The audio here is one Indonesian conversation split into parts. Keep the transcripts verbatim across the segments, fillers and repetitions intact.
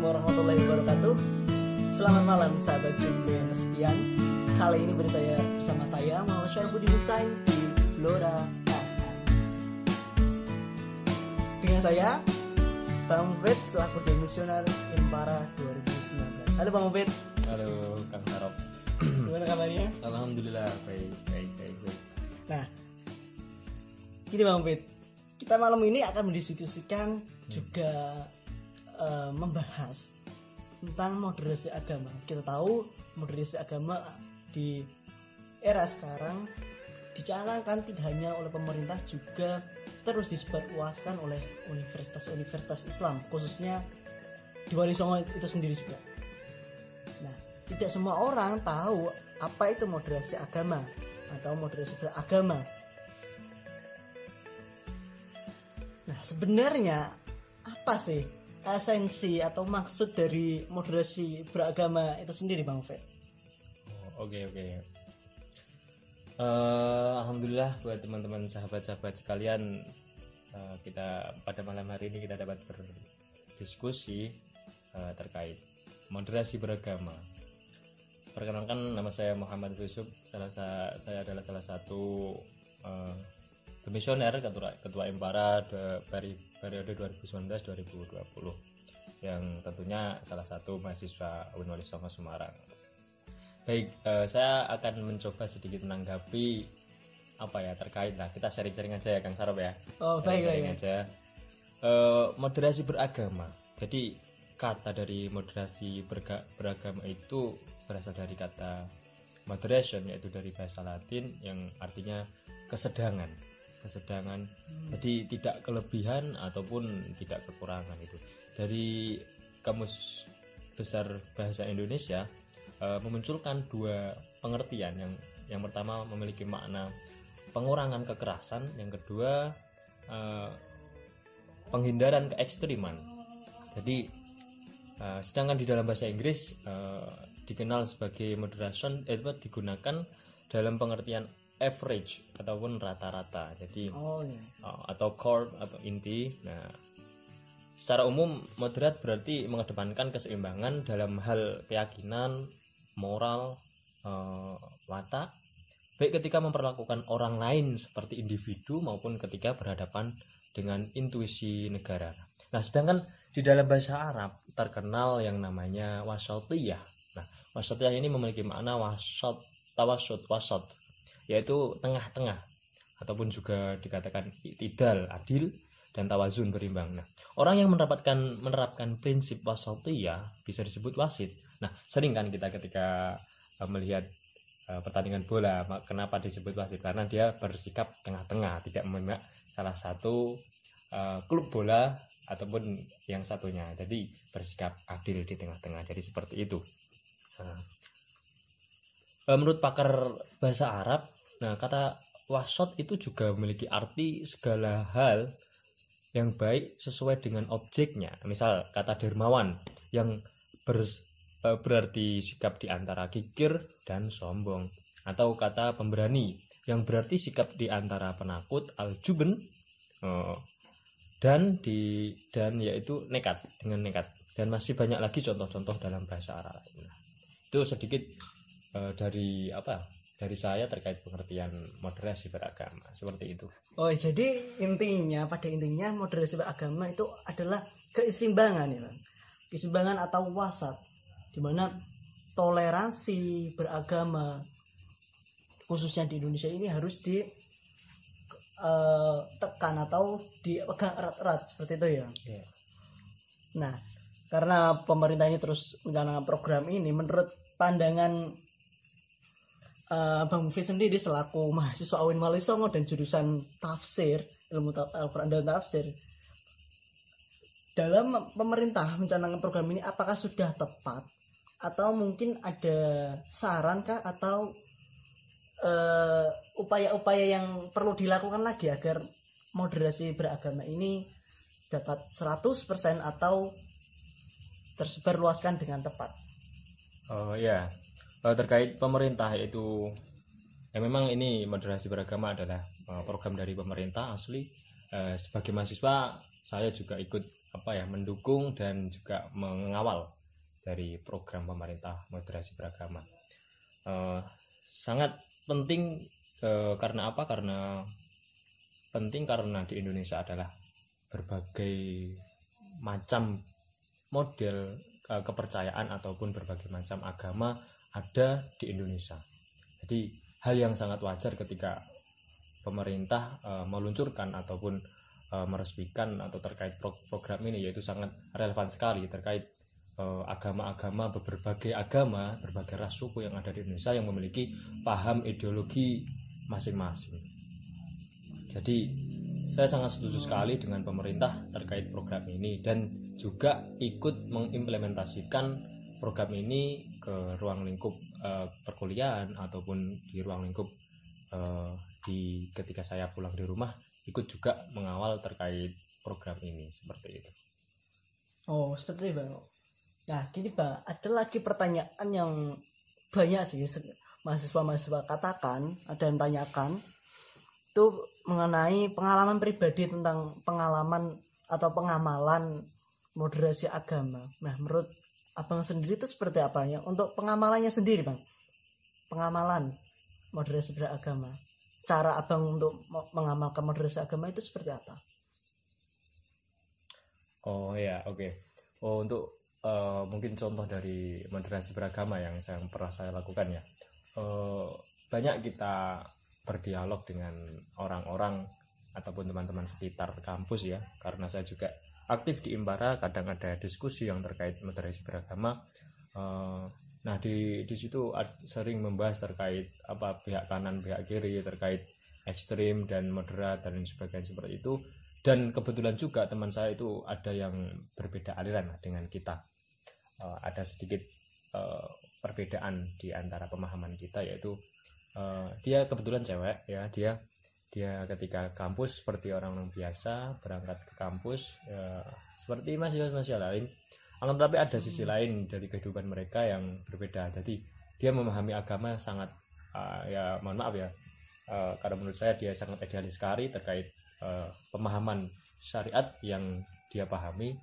warahmatullahi wabarakatuh. Selamat malam sahabat Jumbo yang kesepian. Kali ini bersama bersama saya Muhammad Syaifuddin Husain di Blora F M. Dengan saya Bang Fit selaku demisioner Impara dua ribu sembilan belas. Halo Bang Fit. Halo Kang Sarop. Gimana kabarnya? Alhamdulillah baik baik baik. baik. Nah, gini Bang Fit, kita malam ini akan mendiskusikan hmm. juga uh, membahas tentang moderasi agama. Kita tahu moderasi agama di era sekarang dicanangkan tidak hanya oleh pemerintah, juga terus disebarluaskan oleh universitas-universitas Islam, khususnya di Wali Songo itu sendiri juga. Nah, tidak semua orang tahu apa itu moderasi agama atau moderasi beragama. Nah, sebenarnya apa sih esensi atau maksud dari moderasi beragama itu sendiri, Bang Fe? Oh, oke oke. Uh, Alhamdulillah buat teman-teman sahabat-sahabat sekalian, uh, kita pada malam hari ini kita dapat berdiskusi uh, terkait moderasi beragama. Perkenalkan, nama saya Muhammad Yusuf. Salah saya adalah salah satu uh, demisioner ketua ketua Impara dari periode dua ribu sembilan belas dua ribu dua puluh, yang tentunya salah satu mahasiswa U N Wali Songo Semarang. Baik, eh, saya akan mencoba sedikit menanggapi apa ya terkait lah, kita sharing-sharing aja ya Kang Sarop ya. Oh baik baik aja. Eh, moderasi beragama. Jadi kata dari moderasi berga, beragama itu berasal dari kata moderation, yaitu dari bahasa Latin yang artinya kesedangan. kesedangan hmm. Jadi tidak kelebihan ataupun tidak kekurangan. Itu dari Kamus Besar Bahasa Indonesia e, memunculkan dua pengertian. Yang yang pertama memiliki makna pengurangan kekerasan, yang kedua e, penghindaran keekstriman. Jadi e, sedangkan di dalam bahasa Inggris e, dikenal sebagai moderation, itu digunakan dalam pengertian average ataupun rata-rata. Jadi oh, iya. atau core atau inti. Nah, secara umum moderat berarti mengedepankan keseimbangan dalam hal keyakinan, moral, eh, watak, baik ketika memperlakukan orang lain seperti individu maupun ketika berhadapan dengan intuisi negara. Nah, sedangkan di dalam bahasa Arab terkenal yang namanya wasatiyah. Nah, wasatiyah ini memiliki makna wasat, tawasut, wasat, yaitu tengah-tengah, ataupun juga dikatakan i'tidal, adil, dan tawazun, berimbang. Nah, orang yang menerapkan menerapkan prinsip wasatiyah bisa disebut wasit. Nah, sering kan kita ketika uh, melihat uh, pertandingan bola, kenapa disebut wasit? Karena dia bersikap tengah-tengah, tidak memihak salah satu uh, klub bola ataupun yang satunya. Jadi bersikap adil di tengah-tengah. Jadi seperti itu. Nah, menurut pakar bahasa Arab, nah kata wasat itu juga memiliki arti segala hal yang baik sesuai dengan objeknya. Misal kata dermawan yang ber, berarti sikap di antara kikir dan sombong, atau kata pemberani yang berarti sikap di antara penakut, al-juben, dan di dan yaitu nekat, dengan nekat. Dan masih banyak lagi contoh-contoh dalam bahasa Arab. Nah, itu sedikit dari apa dari saya terkait pengertian moderasi beragama seperti itu. Oh, jadi intinya pada intinya moderasi beragama itu adalah keseimbangan ya Bang. Keseimbangan atau wasat, di mana toleransi beragama khususnya di Indonesia ini harus di uh, tekan atau dipegang erat-erat seperti itu ya. Yeah. Nah, karena pemerintah ini terus menjalankan program ini, menurut pandangan Uh, Bang Mufid sendiri selaku mahasiswa U N Wali Songo dan jurusan tafsir, ilmu Al-Quran dan tafsir, dalam pemerintah mencanangkan program ini apakah sudah tepat atau mungkin ada saran kah atau uh, upaya-upaya yang perlu dilakukan lagi agar moderasi beragama ini dapat seratus persen atau tersebar luaskan dengan tepat? Oh ya, terkait pemerintah, yaitu ya memang ini moderasi beragama adalah program dari pemerintah asli. Eh, sebagai mahasiswa saya juga ikut apa ya mendukung dan juga mengawal dari program pemerintah moderasi beragama. Uh, sangat penting uh, karena apa? Karena penting karena di Indonesia adalah berbagai macam model uh, kepercayaan ataupun berbagai macam agama ada di Indonesia. Jadi hal yang sangat wajar ketika pemerintah uh, meluncurkan ataupun uh, meresmikan atau terkait pro- program ini, yaitu sangat relevan sekali terkait uh, agama-agama berbagai agama, berbagai ras suku yang ada di Indonesia yang memiliki paham ideologi masing-masing. Jadi saya sangat setuju sekali dengan pemerintah terkait program ini dan juga ikut mengimplementasikan program ini ke ruang lingkup uh, perkuliahan ataupun di ruang lingkup uh, di ketika saya pulang di rumah, ikut juga mengawal terkait program ini seperti itu. Oh, seperti itu, Bang. Nah, gini, Bang, ada lagi pertanyaan yang banyak sih mahasiswa-mahasiswa katakan, ada yang tanyakan itu mengenai pengalaman pribadi tentang pengalaman atau pengamalan moderasi agama. Nah, menurut Abang sendiri itu seperti apanya untuk pengamalannya sendiri, Bang? Pengamalan moderasi beragama. Cara Abang untuk mengamalkan moderasi agama itu seperti apa? Oh ya, oke. Okay. Oh, untuk uh, mungkin contoh dari moderasi beragama yang saya pernah saya lakukan ya. Uh, banyak kita berdialog dengan orang-orang ataupun teman-teman sekitar kampus ya, karena saya juga aktif di Imbara, kadang ada diskusi yang terkait moderasi beragama. Uh, Nah di di situ sering membahas terkait apa pihak kanan, pihak kiri, terkait ekstrim dan moderat dan sebagainya seperti itu. Dan kebetulan juga teman saya itu ada yang berbeda aliran dengan kita. Uh, ada sedikit uh, perbedaan di antara pemahaman kita, yaitu uh, dia kebetulan cewek ya, dia dia ketika kampus seperti orang-orang biasa berangkat ke kampus ya, seperti mahasiswa-mahasiswa lain. Akan tetapi ada sisi lain dari kehidupan mereka yang berbeda. Jadi dia memahami agama sangat uh, ya mohon maaf ya uh, karena menurut saya dia sangat idealis sekali terkait uh, pemahaman syariat yang dia pahami,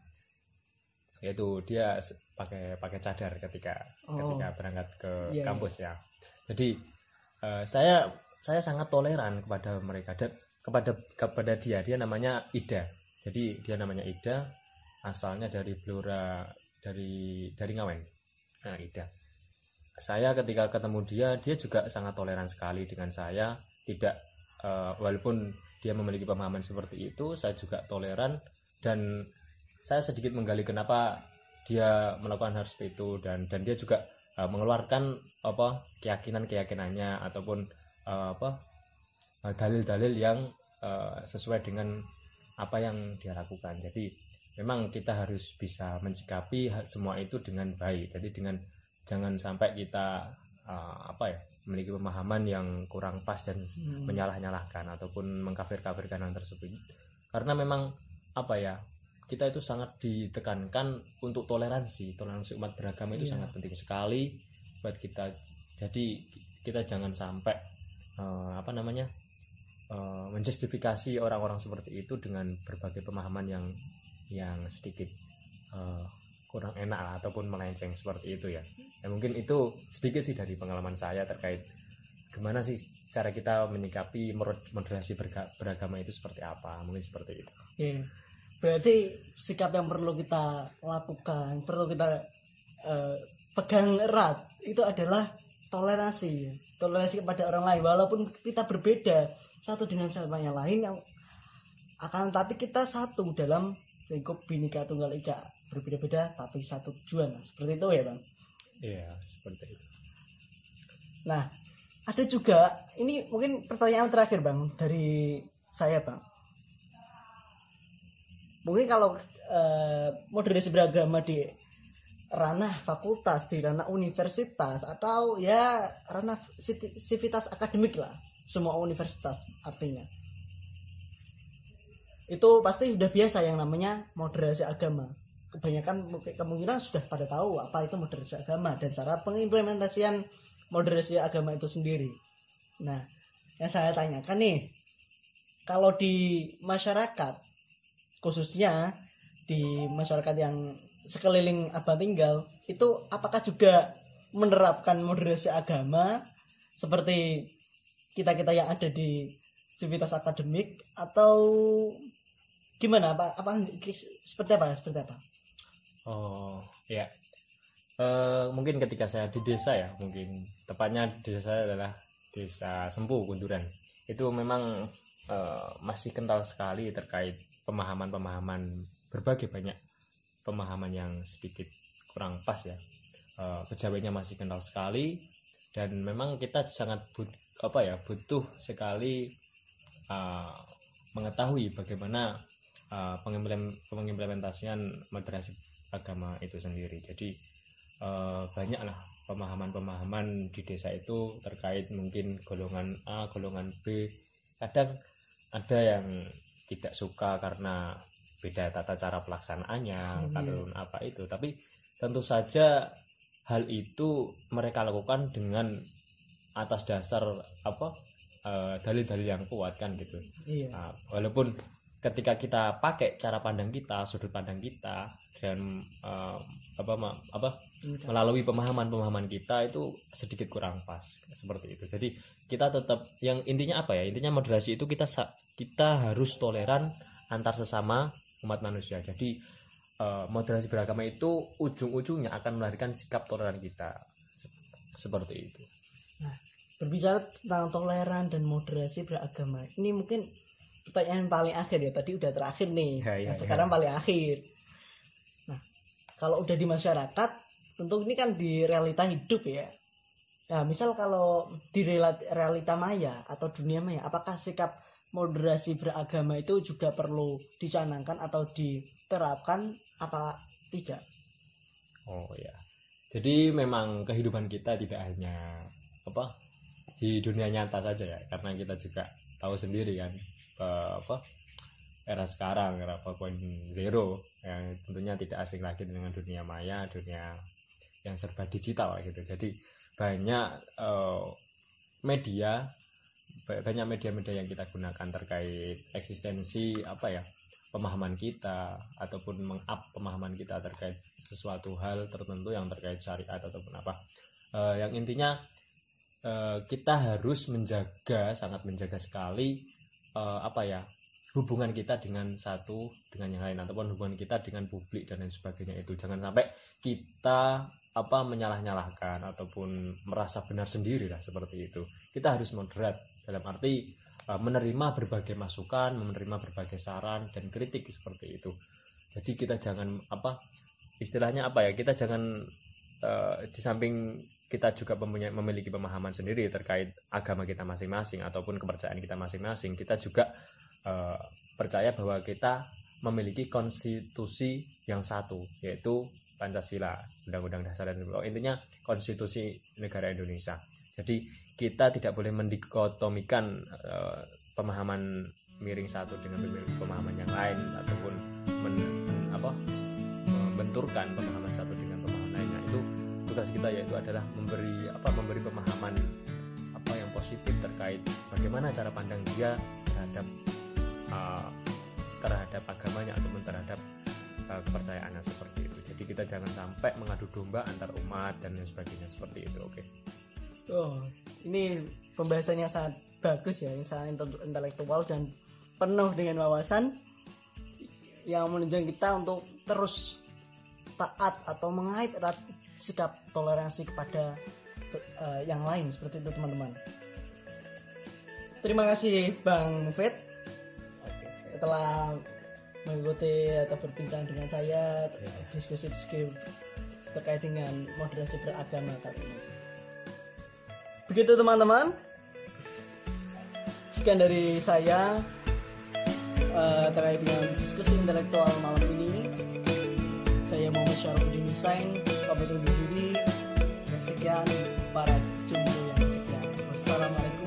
yaitu dia pakai pakai cadar ketika oh, ketika berangkat ke yeah, kampus ya. Jadi uh, saya saya sangat toleran kepada mereka dan kepada kepada dia dia namanya Ida. Jadi dia namanya Ida, asalnya dari Blora, dari dari Ngawen. Nah, Ida. Saya ketika ketemu dia, dia juga sangat toleran sekali dengan saya. Tidak uh, walaupun dia memiliki pemahaman seperti itu, saya juga toleran dan saya sedikit menggali kenapa dia melakukan hal seperti itu dan dan dia juga uh, mengeluarkan apa keyakinan-keyakinannya ataupun uh, apa dalil-dalil yang uh, sesuai dengan apa yang dia lakukan. Jadi memang kita harus bisa mensikapi semua itu dengan baik. Jadi dengan jangan sampai kita uh, apa ya memiliki pemahaman yang kurang pas dan hmm. menyalah-nyalahkan ataupun mengkafir-kafirkan hal tersebut. Karena memang apa ya kita itu sangat ditekankan untuk toleransi, toleransi umat beragama itu yeah. sangat penting sekali buat kita. Jadi kita jangan sampai uh, apa namanya uh, menjustifikasi orang-orang seperti itu dengan berbagai pemahaman yang yang sedikit uh, kurang enak lah, ataupun melenceng seperti itu ya. Ya mungkin itu sedikit sih dari pengalaman saya terkait gimana sih cara kita menyikapi moderasi beragama itu seperti apa, mungkin seperti itu. Yeah. Berarti sikap yang perlu kita lakukan, perlu kita uh, pegang erat itu adalah toleransi, toleransi kepada orang lain walaupun kita berbeda satu dengan sama yang lain, yang akan tapi kita satu dalam lingkup Bhinneka Tunggal Ika, berbeda-beda tapi satu tujuan, seperti itu ya Bang. Iya seperti itu. Nah ada juga ini mungkin pertanyaan terakhir Bang dari saya Bang. Mungkin kalau eh, moderasi beragama di ranah fakultas, di ranah universitas atau ya ranah sivitas akademik lah, semua universitas artinya itu pasti sudah biasa yang namanya moderasi agama. Kebanyakan kemungkinan sudah pada tahu apa itu moderasi agama dan cara pengimplementasian moderasi agama itu sendiri. Nah, yang saya tanyakan nih, kalau di masyarakat khususnya di masyarakat yang sekeliling Abang tinggal itu apakah juga menerapkan moderasi agama seperti kita-kita yang ada di sivitas akademik atau gimana apa apa seperti apa seperti apa? Oh ya, uh, mungkin ketika saya di desa ya, mungkin tepatnya desa saya adalah desa Sempu Kunturan, itu memang uh, masih kental sekali terkait pemahaman-pemahaman berbagai banyak pemahaman yang sedikit kurang pas ya. Uh, kejawennya masih kental sekali dan memang kita sangat but, apa ya butuh sekali uh, mengetahui bagaimana uh, pengimplementasian moderasi agama itu sendiri. Jadi uh, banyaklah pemahaman-pemahaman di desa itu terkait mungkin golongan A, golongan B. Kadang ada yang tidak suka karena beda tata cara pelaksanaannya, hmm. karena apa itu. Tapi tentu saja hal itu mereka lakukan dengan atas dasar apa uh, dalil-dalil yang kuat kan gitu. Iya. Nah, walaupun ketika kita pakai cara pandang kita, sudut pandang kita dan uh, apa apa melalui pemahaman-pemahaman kita itu sedikit kurang pas seperti itu. Jadi kita tetap yang intinya apa ya? Intinya moderasi itu kita kita harus toleran antar sesama umat manusia. Jadi uh, moderasi beragama itu ujung-ujungnya akan melahirkan sikap toleran kita seperti itu. Nah, berbicara tentang toleran dan moderasi beragama, ini mungkin pertanyaan paling akhir ya. Tadi udah terakhir nih, ya, ya, nah, sekarang ya. paling akhir. Nah, kalau udah di masyarakat, tentu ini kan di realita hidup ya. Nah, misal kalau di realita maya atau dunia maya, apakah sikap moderasi beragama itu juga perlu dicanangkan atau diterapkan apa tidak? Oh ya. Jadi memang kehidupan kita tidak hanya apa di dunia nyata saja ya, karena kita juga tahu sendiri kan apa era sekarang era empat titik nol yang tentunya tidak asing lagi dengan dunia maya, dunia yang serba digital gitu. Jadi banyak uh, media banyak media-media yang kita gunakan terkait eksistensi apa ya pemahaman kita ataupun meng-up pemahaman kita terkait sesuatu hal tertentu yang terkait syariat ataupun apa uh, yang intinya uh, kita harus menjaga sangat menjaga sekali uh, apa ya hubungan kita dengan satu dengan yang lain ataupun hubungan kita dengan publik dan lain sebagainya itu jangan sampai kita apa menyalah-nyalahkan ataupun merasa benar sendiri lah seperti itu. Kita harus moderat dalam arti uh, menerima berbagai masukan, menerima berbagai saran dan kritik seperti itu. Jadi kita jangan apa istilahnya apa ya kita jangan uh, di samping kita juga mempunyai, memiliki pemahaman sendiri terkait agama kita masing-masing ataupun kepercayaan kita masing-masing, kita juga uh, percaya bahwa kita memiliki konstitusi yang satu yaitu Pancasila, Undang-Undang Dasar dan oh, intinya konstitusi negara Indonesia. Jadi kita tidak boleh mendikotomikan uh, pemahaman miring satu dengan pemahaman yang lain ataupun men, apa, membenturkan pemahaman satu dengan pemahaman lainnya. Itu tugas kita yaitu adalah memberi apa memberi pemahaman apa yang positif terkait bagaimana cara pandang dia terhadap uh, terhadap agamanya ataupun terhadap uh, kepercayaannya seperti itu. Jadi kita jangan sampai mengadu domba antar umat dan lain sebagainya seperti itu. Oke. Okay. Oh, ini pembahasannya sangat bagus ya, sangat intelektual dan penuh dengan wawasan yang menunjukkan kita untuk terus taat atau mengait erat sikap toleransi kepada uh, yang lain seperti itu teman-teman. Terima kasih Bang Fit telah mengikuti atau berbincang dengan saya diskusi-diskusi terkait dengan moderasi beragama kali ini. Begitu teman-teman, sekian dari saya uh, terkait dengan diskusi intelektual malam ini. Saya Muhammad Syarfuddin Husain pamit undur diri. Sekian para jumbo yang sekian. Wassalamualaikum.